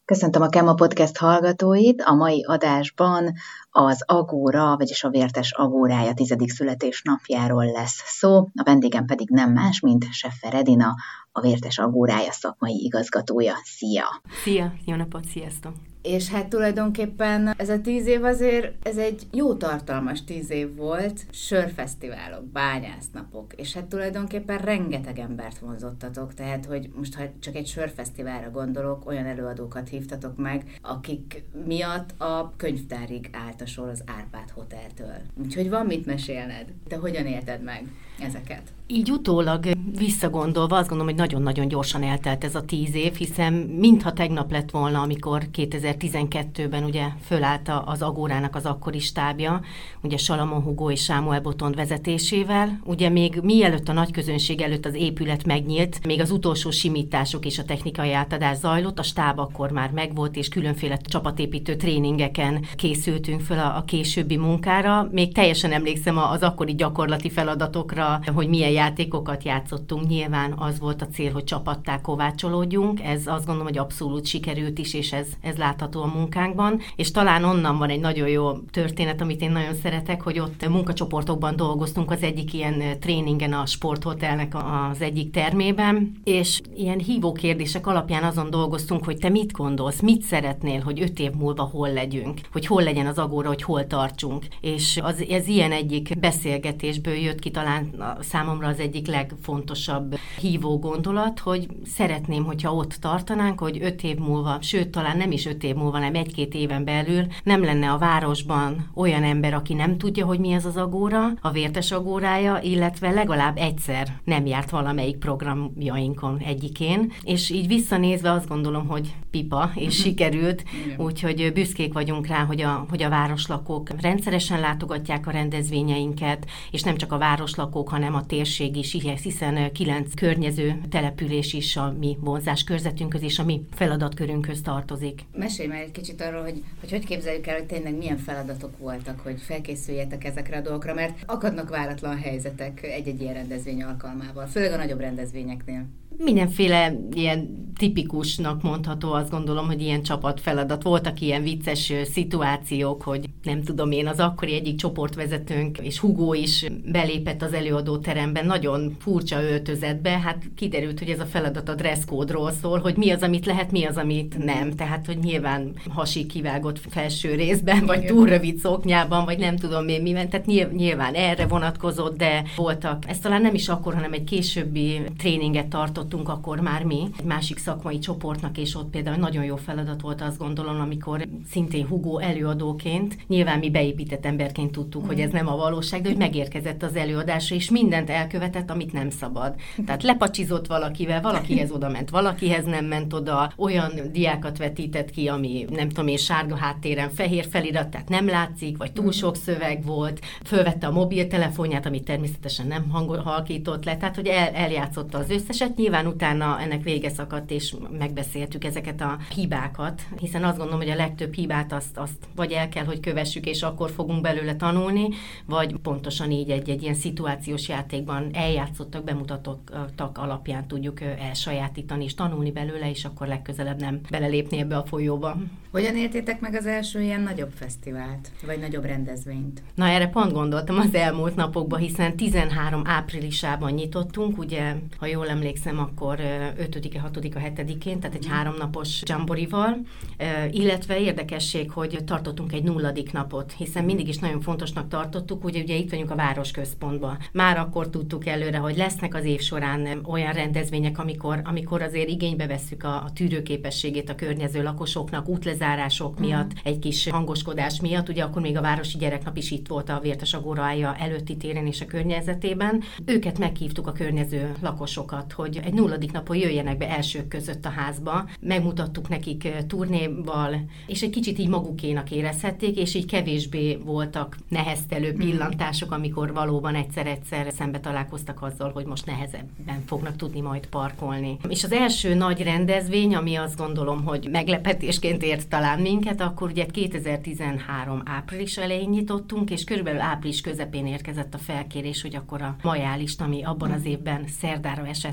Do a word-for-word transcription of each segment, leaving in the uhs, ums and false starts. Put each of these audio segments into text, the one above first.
Köszöntöm a Kemma Podcast hallgatóit. A mai adásban az Agóra, vagyis a Vértes Agórája tizedik születésnapjáról lesz szó. A vendégem pedig nem más, mint Scheffer Edina, a Vértes Agórája szakmai igazgatója. Szia! Szia! Jó napot, sziasztok! És hát tulajdonképpen ez a tíz év azért, ez egy jó tartalmas tíz év volt, sörfesztiválok, bányásznapok, és hát tulajdonképpen rengeteg embert vonzottatok, tehát hogy most ha csak egy sörfesztiválra gondolok, olyan előadókat hívtatok meg, akik miatt a könyvtárig állt a sor az Árpád Hoteltől. Úgyhogy van mit mesélned. Te hogyan élted meg ezeket? Így utólag visszagondolva azt gondolom, hogy nagyon-nagyon gyorsan eltelt ez a tíz év, hiszen mintha tegnap lett volna, amikor kétezer-tizenkettőben ugye fölállt az Agórának az akkori stábja, ugye Salamon Hugo és Sámuel Botond vezetésével. Ugye még mielőtt a nagyközönség előtt az épület megnyílt, még az utolsó simítások és a technikai átadás zajlott, a stáb akkor már megvolt, és különféle csapatépítő tréningeken készültünk föl a, a későbbi munkára. Még teljesen emlékszem az akkori gyakorlati feladatokra, hogy milyen játékokat játszottunk. Nyilván az volt a cél, hogy csapattá kovácsolódjunk. Ez azt gondolom, hogy abszolút sikerült is, és ez, ez látható a munkánkban. És talán onnan van egy nagyon jó történet, amit én nagyon szeretek, hogy ott munkacsoportokban dolgoztunk az egyik ilyen tréningen a Sporthotelnek az egyik termében, és ilyen hívó kérdések alapján azon dolgoztunk, hogy te mit gondolsz, mit szeretnél, hogy öt év múlva hol legyünk, hogy hol legyen az Agóra, hogy hol tartsunk. És az, ez ilyen egyik beszélgetésből jött ki talán számomra az egyik legfontosabb hívó gondolat, hogy szeretném, hogyha ott tartanánk, hogy öt év múlva, sőt, talán nem is öt év múlva, hanem egy-két éven belül nem lenne a városban olyan ember, aki nem tudja, hogy mi az az Agóra, a Vértes Agórája, illetve legalább egyszer nem járt valamelyik programjainkon egyikén, és így visszanézve azt gondolom, hogy pipa, és sikerült, úgyhogy büszkék vagyunk rá, hogy a, hogy a városlakók rendszeresen látogatják a rendezvényeinket, és nem csak a városlakók, hanem a térség is, hiszen kilenc környező település is a mi vonzáskörzetünkhöz és a mi feladatkörünkhöz tartozik. Mesélj már egy kicsit arról, hogy, hogy hogy képzeljük el, hogy tényleg milyen feladatok voltak, hogy felkészüljetek ezekre a dolgokra, mert akadnak váratlan helyzetek egy-egy ilyen rendezvény alkalmával, főleg a nagyobb rendezvényeknél. Mindenféle ilyen tipikusnak mondható, azt gondolom, hogy ilyen csapatfeladat. Voltak ilyen vicces szituációk, hogy nem tudom én, az akkori egyik csoportvezetőnk, és Hugo is belépett az előadóteremben, nagyon furcsa öltözetbe, hát kiderült, hogy ez a feladat a dresscode-ról szól, hogy mi az, amit lehet, mi az, amit nem. Tehát, hogy nyilván hasig kivágott felső részben, vagy túl rövid szoknyában, vagy nem tudom én miben, tehát nyilván erre vonatkozott, de voltak. Ez talán nem is akkor, hanem egy későbbi tréninget tartott akkor már mi, egy másik szakmai csoportnak, és ott például nagyon jó feladat volt, azt gondolom, amikor szintén Hugo előadóként, nyilván mi beépített emberként tudtuk, mm. hogy ez nem a valóság, de hogy megérkezett az előadásra, és mindent elkövetett, amit nem szabad. Tehát lepacsizott valakivel, valakihez oda ment, valakihez nem ment oda, olyan diákat vetített ki, ami nem tudom én, sárga háttéren fehér felirat, tehát nem látszik, vagy túl sok szöveg volt, fölvette a mobiltelefonját, amit természetesen nem hangol, halkított le, tehát hogy el, eljátszotta az összeset. Nyilván utána ennek vége szakadt, és megbeszéltük ezeket a hibákat, hiszen azt gondolom, hogy a legtöbb hibát azt, azt vagy el kell, hogy kövessük, és akkor fogunk belőle tanulni, vagy pontosan így egy-egy ilyen szituációs játékban eljátszottak, bemutatottak alapján tudjuk elsajátítani, és tanulni belőle, és akkor legközelebb nem belelépni ebbe a folyóba. Hogyan éltétek meg az első ilyen nagyobb fesztivált, vagy nagyobb rendezvényt? Na, erre pont gondoltam az elmúlt napokban, hiszen tizenhárom áprilisában nyitottunk, ugye, ha jól emlékszem, akkor ötödike, hatodika, hetedikén, tehát egy háromnapos dzsamborival, illetve érdekesség, hogy tartottunk egy nulladik napot, hiszen mindig is nagyon fontosnak tartottuk, ugye, ugye itt vagyunk a városközpontban. Már akkor tudtuk előre, hogy lesznek az év során olyan rendezvények, amikor, amikor azért igénybe vesszük a, a tűrőképességét a környező lakosoknak, útlezárások miatt, egy kis hangoskodás miatt, ugye akkor még a Városi Gyereknap is itt volt a Vértes Agórája előtti téren és a környezetében. Őket meghívtuk, a környező lakosokat, hogy egy nulladik napon jöjjenek be elsők között a házba. Megmutattuk nekik turnéval, és egy kicsit így magukénak érezhették, és így kevésbé voltak neheztelő pillantások, amikor valóban egyszer-egyszer szembe találkoztak azzal, hogy most nehezebben fognak tudni majd parkolni. És az első nagy rendezvény, ami azt gondolom, hogy meglepetésként ért talán minket, akkor ugye kétezer-tizenhárom április elején nyitottunk, és körülbelül április közepén érkezett a felkérés, hogy akkor a majálist, ami abban az évben szerdára esett, ez azt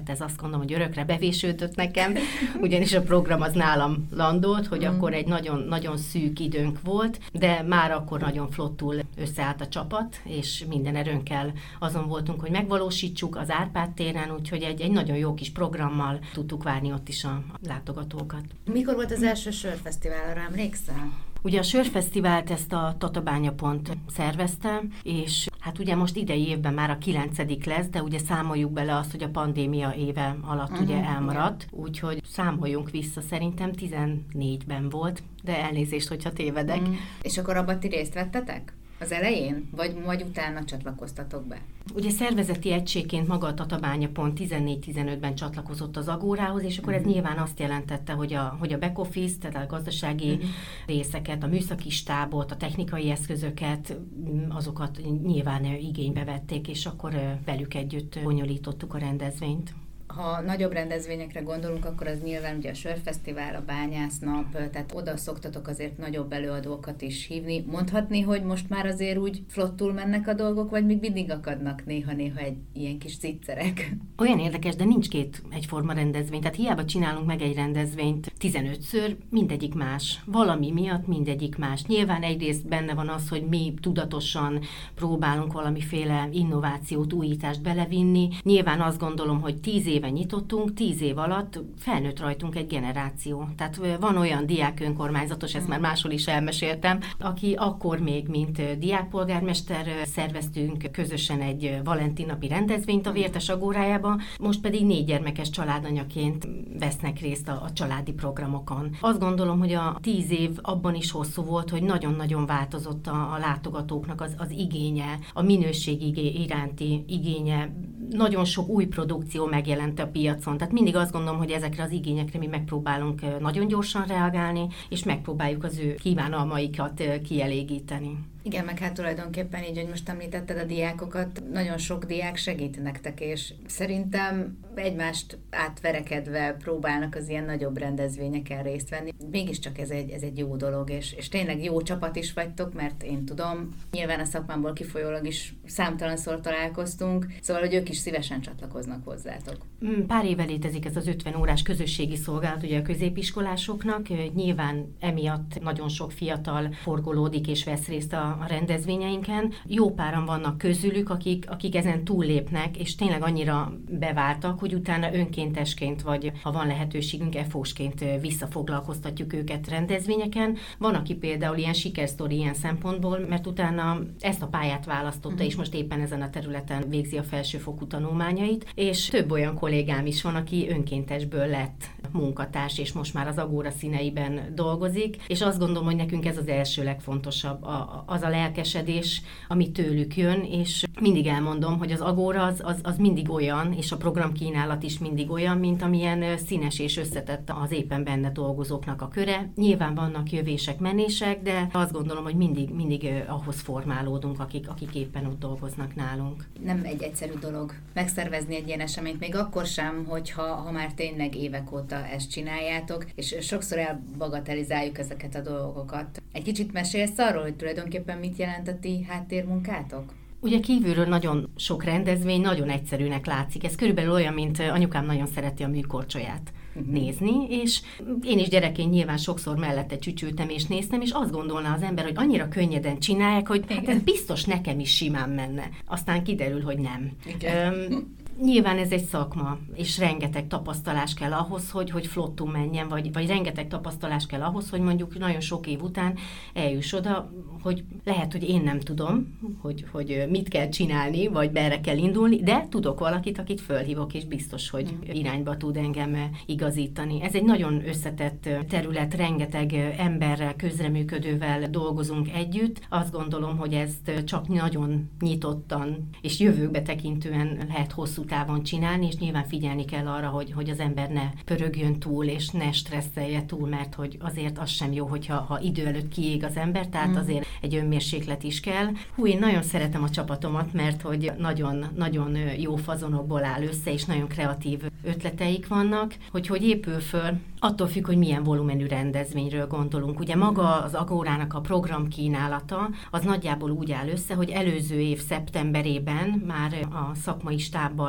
mondom, hogy örökre bevésődött nekem, ugyanis a program az nálam landolt, hogy mm. akkor egy nagyon, nagyon szűk időnk volt, de már akkor nagyon flottul összeállt a csapat, és minden erőnkkel azon voltunk, hogy megvalósítsuk az Árpád téren, úgyhogy egy, egy nagyon jó kis programmal tudtuk várni ott is a látogatókat. Mikor volt az első sörfesztivál, arra emlékszel? Ugye a sörfesztivált ezt a Tatabánya Pont szervezte, és hát ugye most idei évben már a kilencedik lesz, de ugye számoljuk bele azt, hogy a pandémia éve alatt uh-huh, ugye elmaradt, yeah. úgyhogy számoljunk vissza, szerintem tizennégyben volt, de elnézést, hogyha tévedek. Uh-huh. És akkor abban ti részt vettetek? Az elején? Vagy, vagy utána csatlakoztatok be? Ugye szervezeti egységként maga a Tatabánya Pont tizennégy-tizenötben csatlakozott az Agórához, és akkor ez uh-huh. nyilván azt jelentette, hogy a, hogy a back office, tehát a gazdasági uh-huh. részeket, a műszaki stábot, a technikai eszközöket, azokat nyilván igénybe vették, és akkor velük együtt bonyolítottuk a rendezvényt. Ha nagyobb rendezvényekre gondolunk, akkor az nyilván ugye a sörfesztivál, a bányásznap, tehát oda szoktatok azért nagyobb előadókat is hívni. Mondhatni, hogy most már azért úgy flottul mennek a dolgok, vagy még mindig akadnak néha-néha egy ilyen kis ciccerek? Olyan érdekes, de nincs két egyforma rendezvény. Tehát hiába csinálunk meg egy rendezvényt tizenötször, mindegyik más. Valami miatt mindegyik más. Nyilván egyrészt benne van az, hogy mi tudatosan próbálunk valamiféle innovációt, újítást belevinni. Nyilván azt gondolom, hogy tíz éve nyitottunk, tíz év alatt felnőtt rajtunk egy generáció. Tehát van olyan diák önkormányzatos, ezt már máshol is elmeséltem, aki akkor még, mint diákpolgármester szerveztünk közösen egy valentinapi rendezvényt a Vértes Agórájában, most pedig négy gyermekes családanyaként vesznek részt a, a családi programokon. Azt gondolom, hogy a tíz év abban is hosszú volt, hogy nagyon-nagyon változott a, a látogatóknak az, az igénye, a minőség iránti igénye, nagyon sok új produkció megjelent a piacon. Tehát mindig azt gondolom, hogy ezekre az igényekre mi megpróbálunk nagyon gyorsan reagálni, és megpróbáljuk az ő kívánalmaikat kielégíteni. Igen, meg hát tulajdonképpen így, hogy most említetted a diákokat, nagyon sok diák segít nektek, és szerintem egymást átverekedve próbálnak az ilyen nagyobb rendezvényeken részt venni. Mégiscsak ez egy, ez egy jó dolog, és, és tényleg jó csapat is vagytok, mert én tudom, nyilván a szakmámból kifolyólag is számtalanszor találkoztunk, szóval, hogy ők is szívesen csatlakoznak hozzátok. Pár éve létezik ez az ötven órás közösségi szolgálat ugye a középiskolásoknak, nyilván emiatt nagyon sok fiatal forgolódik és vesz részt a a rendezvényeinken. Jó páran vannak közülük, akik, akik ezen túllépnek, és tényleg annyira beváltak, hogy utána önkéntesként, vagy ha van lehetőségünk, efósként visszafoglalkoztatjuk őket rendezvényeken. Van, aki például ilyen sikersztori ilyen szempontból, mert utána ezt a pályát választotta, uh-huh. és most éppen ezen a területen végzi a felsőfokú tanulmányait, és több olyan kollégám is van, aki önkéntesből lett munkatárs, és most már az Agóra színeiben dolgozik, és azt gondolom, hogy nekünk ez az első legfontosabb, a, az a lelkesedés, ami tőlük jön, és mindig elmondom, hogy az Agóra az, az, az mindig olyan, és a programkínálat is mindig olyan, mint amilyen színes és összetett az éppen benne dolgozóknak a köre. Nyilván vannak jövések, menések, de azt gondolom, hogy mindig, mindig ahhoz formálódunk, akik, akik éppen ott dolgoznak nálunk. Nem egy egyszerű dolog megszervezni egy ilyen eseményt, még akkor sem, hogyha ha már tényleg évek óta ezt csináljátok, és sokszor elbagatelizáljuk ezeket a dolgokat. Egy kicsit mesélsz arról, hogy tulajdonképpen mit jelent a ti háttérmunkátok? Ugye kívülről nagyon sok rendezvény, nagyon egyszerűnek látszik. Ez körülbelül olyan, mint anyukám nagyon szereti a műkorcsolyát uh-huh. nézni, és én is gyerekként nyilván sokszor mellette csücsültem és néztem, és azt gondolná az ember, hogy annyira könnyeden csinálják, hogy hát ez biztos nekem is simán menne. Aztán kiderül, hogy nem. Um, Nyilván ez egy szakma, és rengeteg tapasztalás kell ahhoz, hogy, hogy flottul menjen, vagy, vagy rengeteg tapasztalás kell ahhoz, hogy mondjuk nagyon sok év után eljuss oda, hogy lehet, hogy én nem tudom, hogy, hogy mit kell csinálni, vagy merre kell indulni, de tudok valakit, akit fölhívok, és biztos, hogy irányba tud engem igazítani. Ez egy nagyon összetett terület, rengeteg emberrel, közreműködővel dolgozunk együtt. Azt gondolom, hogy ezt csak nagyon nyitottan és jövőbe tekintően lehet hosszú távon csinálni, és nyilván figyelni kell arra, hogy, hogy az ember ne pörögjön túl, és ne stresszelje túl, mert hogy azért az sem jó, hogyha ha idő előtt kiég az ember, tehát azért egy önmérséklet is kell. Hú, én nagyon szeretem a csapatomat, mert hogy nagyon, nagyon jó fazonokból áll össze, és nagyon kreatív ötleteik vannak, hogy hogy épül föl, attól függ, hogy milyen volumenű rendezvényről gondolunk. Ugye maga az Agórának a programkínálata az nagyjából úgy áll össze, hogy előző év szeptemberében már a szakmai stábbal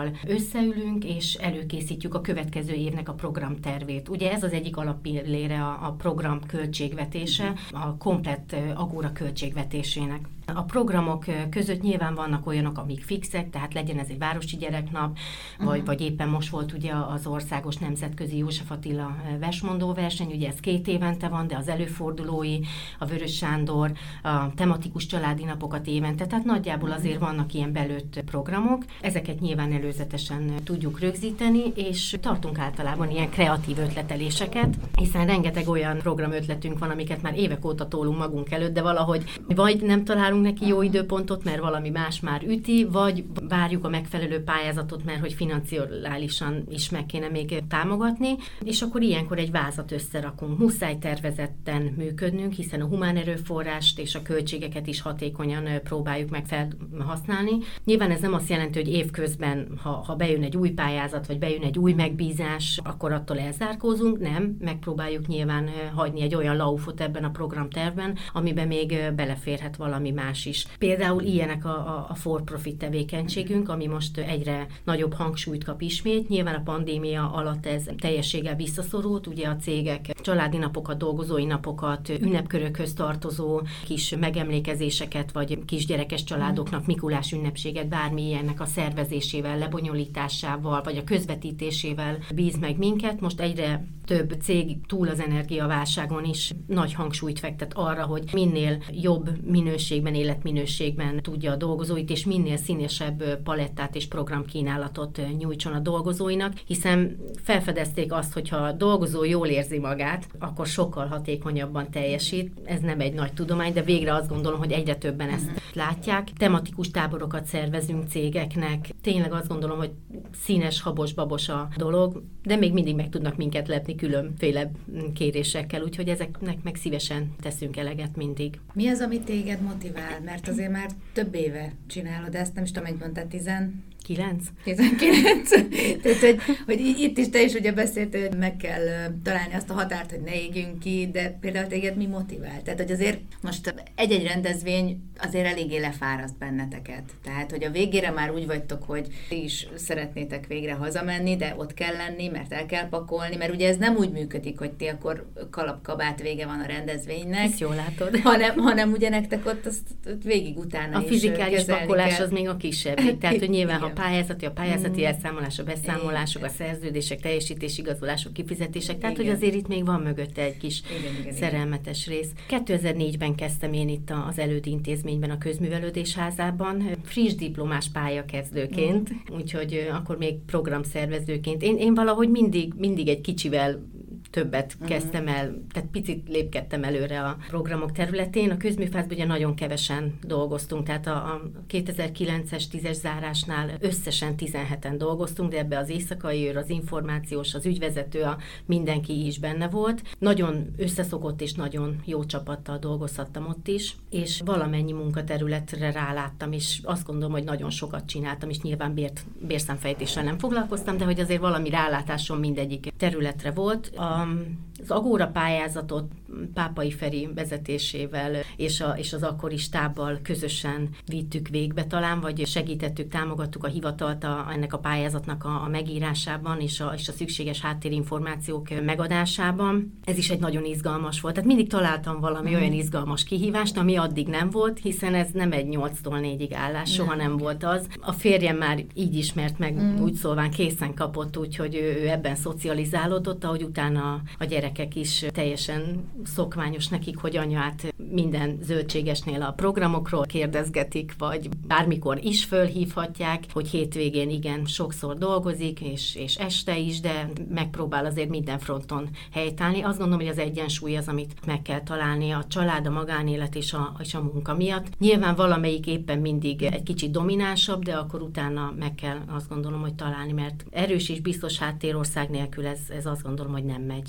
tagokkal összeülünk, és előkészítjük a következő évnek a programtervét. Ugye ez az egyik alappillére a, a program költségvetése, a komplett Agóra költségvetésének. A programok között nyilván vannak olyanok, amik fixek, tehát legyen ez egy városi gyereknap, uh-huh. vagy, vagy éppen most volt ugye az országos nemzetközi József Attila versmondó verseny, ugye ez két évente van, de az előfordulói, a Vörös Sándor, a tematikus családi napokat évente, tehát nagyjából azért vannak ilyen belőtt programok. Ezeket nyilván előzetesen tudjuk rögzíteni, és tartunk általában ilyen kreatív ötleteléseket, hiszen rengeteg olyan programötletünk van, amiket már évek óta tólunk magunk előtt, de valahogy vagy nem találunk neki jó időpontot, mert valami más már üti, vagy várjuk a megfelelő pályázatot, mert hogy financiálisan is meg kéne még támogatni, és akkor ilyenkor egy vázat összerakunk. Muszáj tervezetten működnünk, hiszen a humán erőforrást és a költségeket is hatékonyan próbáljuk meg felhasználni. Nyilván ez nem azt jelenti, hogy évközben, ha, ha bejön egy új pályázat, vagy bejön egy új megbízás, akkor attól elzárkózunk, nem, megpróbáljuk nyilván hagyni egy olyan laufot ebben a programtervben, amiben még beleférhet valami más is. Például ilyenek a, a, a for-profit tevékenységünk, ami most egyre nagyobb hangsúlyt kap ismét. Nyilván a pandémia alatt ez teljességgel visszaszorult, ugye a cégek családi napokat, dolgozói napokat, ünnepkörökhöz tartozó kis megemlékezéseket, vagy kisgyerekes családoknak Mikulás ünnepséget, bármi ilyennek a szervezésével, lebonyolításával, vagy a közvetítésével bíz meg minket. Most egyre több cég túl az energiaválságon is nagy hangsúlyt fektet arra, hogy minél jobb minőségben, életminőségben tudja a dolgozóit, és minél színesebb palettát és programkínálatot nyújtson a dolgozóinak, hiszen felfedezték azt, hogyha a dolgozó jól érzi magát, akkor sokkal hatékonyabban teljesít. Ez nem egy nagy tudomány, de végre azt gondolom, hogy egyre többen ezt látják. Tematikus táborokat szervezünk cégeknek. Tényleg azt gondolom, hogy színes, habos-babos a dolog, de még mindig meg tudnak minket lepni különféle kérésekkel, úgyhogy ezeknek meg szívesen teszünk eleget mindig. Mi az, ami téged motivál? Mert azért már több éve csinálod ezt, nem is tudom, hogy mondtad, tizen... Kilenc? tizenkilenc. Tehát, hogy, hogy itt is te is ugye beszéltél, hogy meg kell találni azt a határt, hogy ne égjünk ki, de például téged mi motivál? Tehát, hogy azért most egy-egy rendezvény azért eléggé lefáraszt benneteket. Tehát, hogy a végére már úgy vagytok, hogy ti is szeretnétek végre hazamenni, de ott kell lenni, mert el kell pakolni, mert ugye ez nem úgy működik, hogy ti akkor kalapkabát vége van a rendezvénynek. Ezt jól látod. Hanem, hanem ugye nektek ott azt végig utána a is fizikális pakolás kell. Az még a kisebbik. Tehát, hogy nyilván, ha pályázati, a pályázati mm. elszámolás, a beszámolások, igen. a szerződések, teljesítés, igazolások, kifizetések, tehát igen. hogy azért itt még van mögötte egy kis igen, igen, szerelmetes igen. rész. kétezer-négyben kezdtem én itt az Elődi Intézményben, a Közművelődés Házában, friss diplomás pályakezdőként, mm. úgyhogy akkor még programszervezőként. Én, én valahogy mindig, mindig egy kicsivel többet uh-huh. kezdtem el, tehát picit lépkedtem előre a programok területén. A közműfázban ugye nagyon kevesen dolgoztunk, tehát a, a kétezer-kilences tízes zárásnál összesen tizenheten dolgoztunk, de ebbe az éjszakai őr, az információs, az ügyvezető, a mindenki is benne volt. Nagyon összeszokott és nagyon jó csapattal dolgozhattam ott is, és valamennyi munkaterületre ráláttam, és azt gondolom, hogy nagyon sokat csináltam, és nyilván bért, bérszámfejtéssel nem foglalkoztam, de hogy azért valami rálátásom mindegyik területre volt. A Az Agóra pályázatot Pápai Feri vezetésével és, a, és az akkori stábbal közösen vittük végbe talán, vagy segítettük, támogattuk a hivatalt a, ennek a pályázatnak a, a megírásában és a, és a szükséges háttérinformációk megadásában. Ez is egy nagyon izgalmas volt. Tehát mindig találtam valami mm. olyan izgalmas kihívást, ami addig nem volt, hiszen ez nem egy nyolctól négyig állás, soha nem, nem volt az. A férjem már így ismert meg, mm. úgy szólván készen kapott, úgyhogy ő, ő ebben szocializálódott, ahogy utána a gyerekek is teljesen szokványos nekik, hogy anyát minden zöldségesnél a programokról kérdezgetik, vagy bármikor is fölhívhatják, hogy hétvégén igen, sokszor dolgozik, és, és este is, de megpróbál azért minden fronton helytállni. Azt gondolom, hogy az egyensúly az, amit meg kell találni a család, a magánélet és a, és a munka miatt. Nyilván valamelyik éppen mindig egy kicsit dominánsabb, de akkor utána meg kell azt gondolom, hogy találni, mert erős és biztos háttérország nélkül ez, ez azt gondolom, hogy nem megy. És még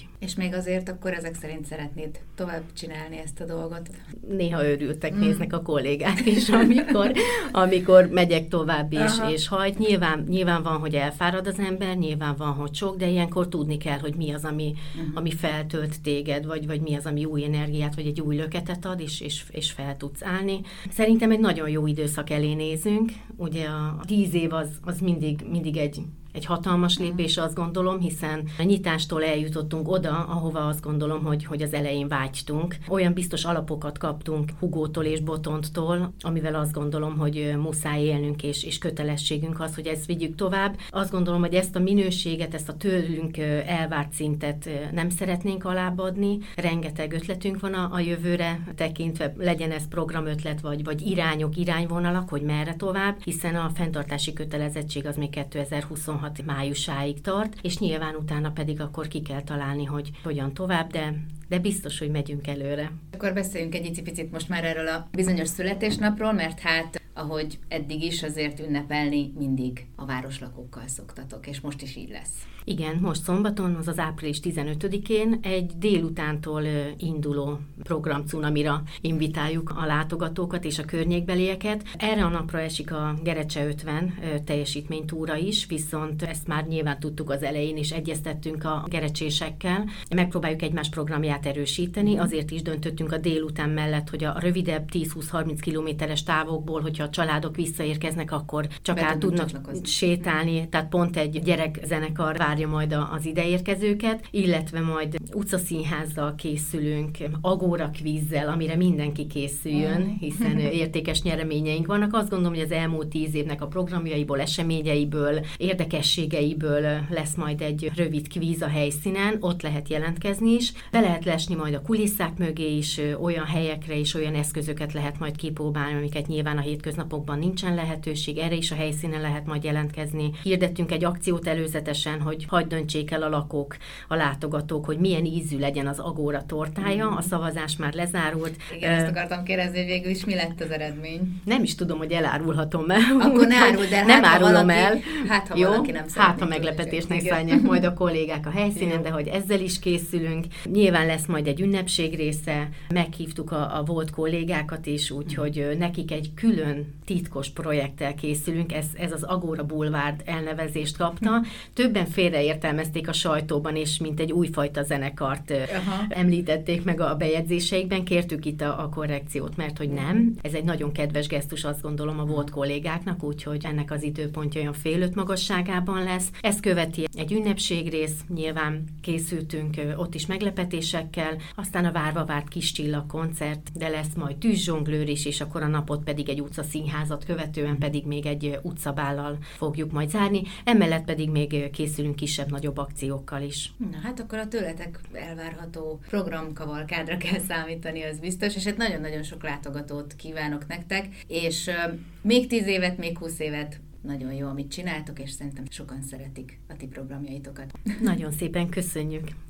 még azért akkor ezek szerint szeretnéd tovább csinálni ezt a dolgot? Néha őrültek mm. néznek a kollégák is, amikor, amikor megyek tovább és, és hajt. Nyilván, nyilván van, hogy elfárad az ember, nyilván van, hogy sok, de ilyenkor tudni kell, hogy mi az, ami, mm. ami feltölt téged, vagy, vagy mi az, ami új energiát, vagy egy új löketet ad, és, és, és fel tudsz állni. Szerintem egy nagyon jó időszak elé nézünk. Ugye a tíz év az, az mindig, mindig egy Egy hatalmas lépés, azt gondolom, hiszen a nyitástól eljutottunk oda, ahova azt gondolom, hogy, hogy az elején vágytunk. Olyan biztos alapokat kaptunk Hugótól és Botonttól, amivel azt gondolom, hogy muszáj élnünk, és, és kötelességünk az, hogy ezt vigyük tovább. Azt gondolom, hogy ezt a minőséget, ezt a tőlünk elvárt szintet nem szeretnénk alábbadni. Rengeteg ötletünk van a, a jövőre tekintve, legyen ez programötlet, vagy, vagy irányok, irányvonalak, hogy merre tovább, hiszen a fenntartási kötelezettség az még kétezer-huszonhat májusáig tart, és nyilván utána pedig akkor ki kell találni, hogy hogyan tovább, de, de biztos, hogy megyünk előre. Akkor beszéljünk egy icipicit most már erről a bizonyos születésnapról, mert hát, ahogy eddig is, azért ünnepelni mindig a városlakókkal szoktatok, és most is így lesz. Igen, most szombaton, azaz április tizenötödikén egy délutántól induló program cunamira invitáljuk a látogatókat és a környékbelieket. Erre a napra esik a Gerecse ötven teljesítménytúra is, viszont ezt már nyilván tudtuk az elején, és egyeztettünk a gerecsésekkel. Megpróbáljuk egymás programját erősíteni, azért is döntöttünk a délután mellett, hogy a rövidebb tíz-húsz-harminc kilométeres távokból, hogyha a családok visszaérkeznek, akkor csak Be át tudnak csatlakozni. sétálni, tehát pont egy gyerekzenekar várja majd az ideérkezőket, illetve majd utcaszínházzal készülünk, agóra kvízzel, amire mindenki készüljön, hiszen értékes nyereményeink vannak. Azt gondolom, hogy az elmúlt tíz évnek a programjaiból, eseményeiből, érdekességeiből lesz majd egy rövid kvíz a helyszínen, ott lehet jelentkezni is. Be lehet lesni majd a kulisszák mögé is, olyan helyekre és olyan eszközöket lehet majd kipróbálni, amiket nyilván a hétköznapokban nincsen lehetőség, erre is a helyszínen lehet majd jelentkezni. Hirdettünk egy akciót előzetesen, hogy hagyd döntsék el a lakók, a látogatók, hogy milyen ízű legyen az agóra tortája. A szavazás már lezárult. Igen, ezt akartam kérdezni, hogy végül is mi lett az eredmény. Nem is tudom, hogy elárulhatom el. Akkor ne áruld el, nem hát, árulom valaki, el. Hát, ha jó? valaki nem Hát, ha meglepetésnek szállják majd a kollégák a helyszínen, jó. De hogy ezzel is készülünk. Nyilván lesz majd egy ünnepség része, meghívtuk a, a volt kollégákat is, úgyhogy nekik egy külön titkos projekttel készülünk, ez, ez az Agóra Boulevard elnevezést kapta. Többen félreértelmezték a sajtóban, és mint egy újfajta zenekart Aha. említették meg a bejegyzéseikben, kértük itt a, a korrekciót, mert hogy nem. Ez egy nagyon kedves gesztus, azt gondolom, a volt kollégáknak, úgyhogy ennek az időpontja olyan fél öt magasságában lesz. Ezt követi egy ünnepségrész, nyilván készültünk ott is meglepetésekkel, aztán a várva várt kis csillag koncert, de lesz majd tűzzsonglőr is, és akkor a napot pedig egy utcaszínházat követően pedig még egy utcabállal fogjuk majd zárni. Emellett pedig még készülünk kisebb-nagyobb akciókkal is. Na hát akkor a tőletek elvárható programkavalkádra kell számítani, az biztos, és hát nagyon-nagyon sok látogatót kívánok nektek, és uh, még tíz évet, még húsz évet nagyon jó, amit csináltok, és szerintem sokan szeretik a ti programjaitokat. Nagyon szépen köszönjük!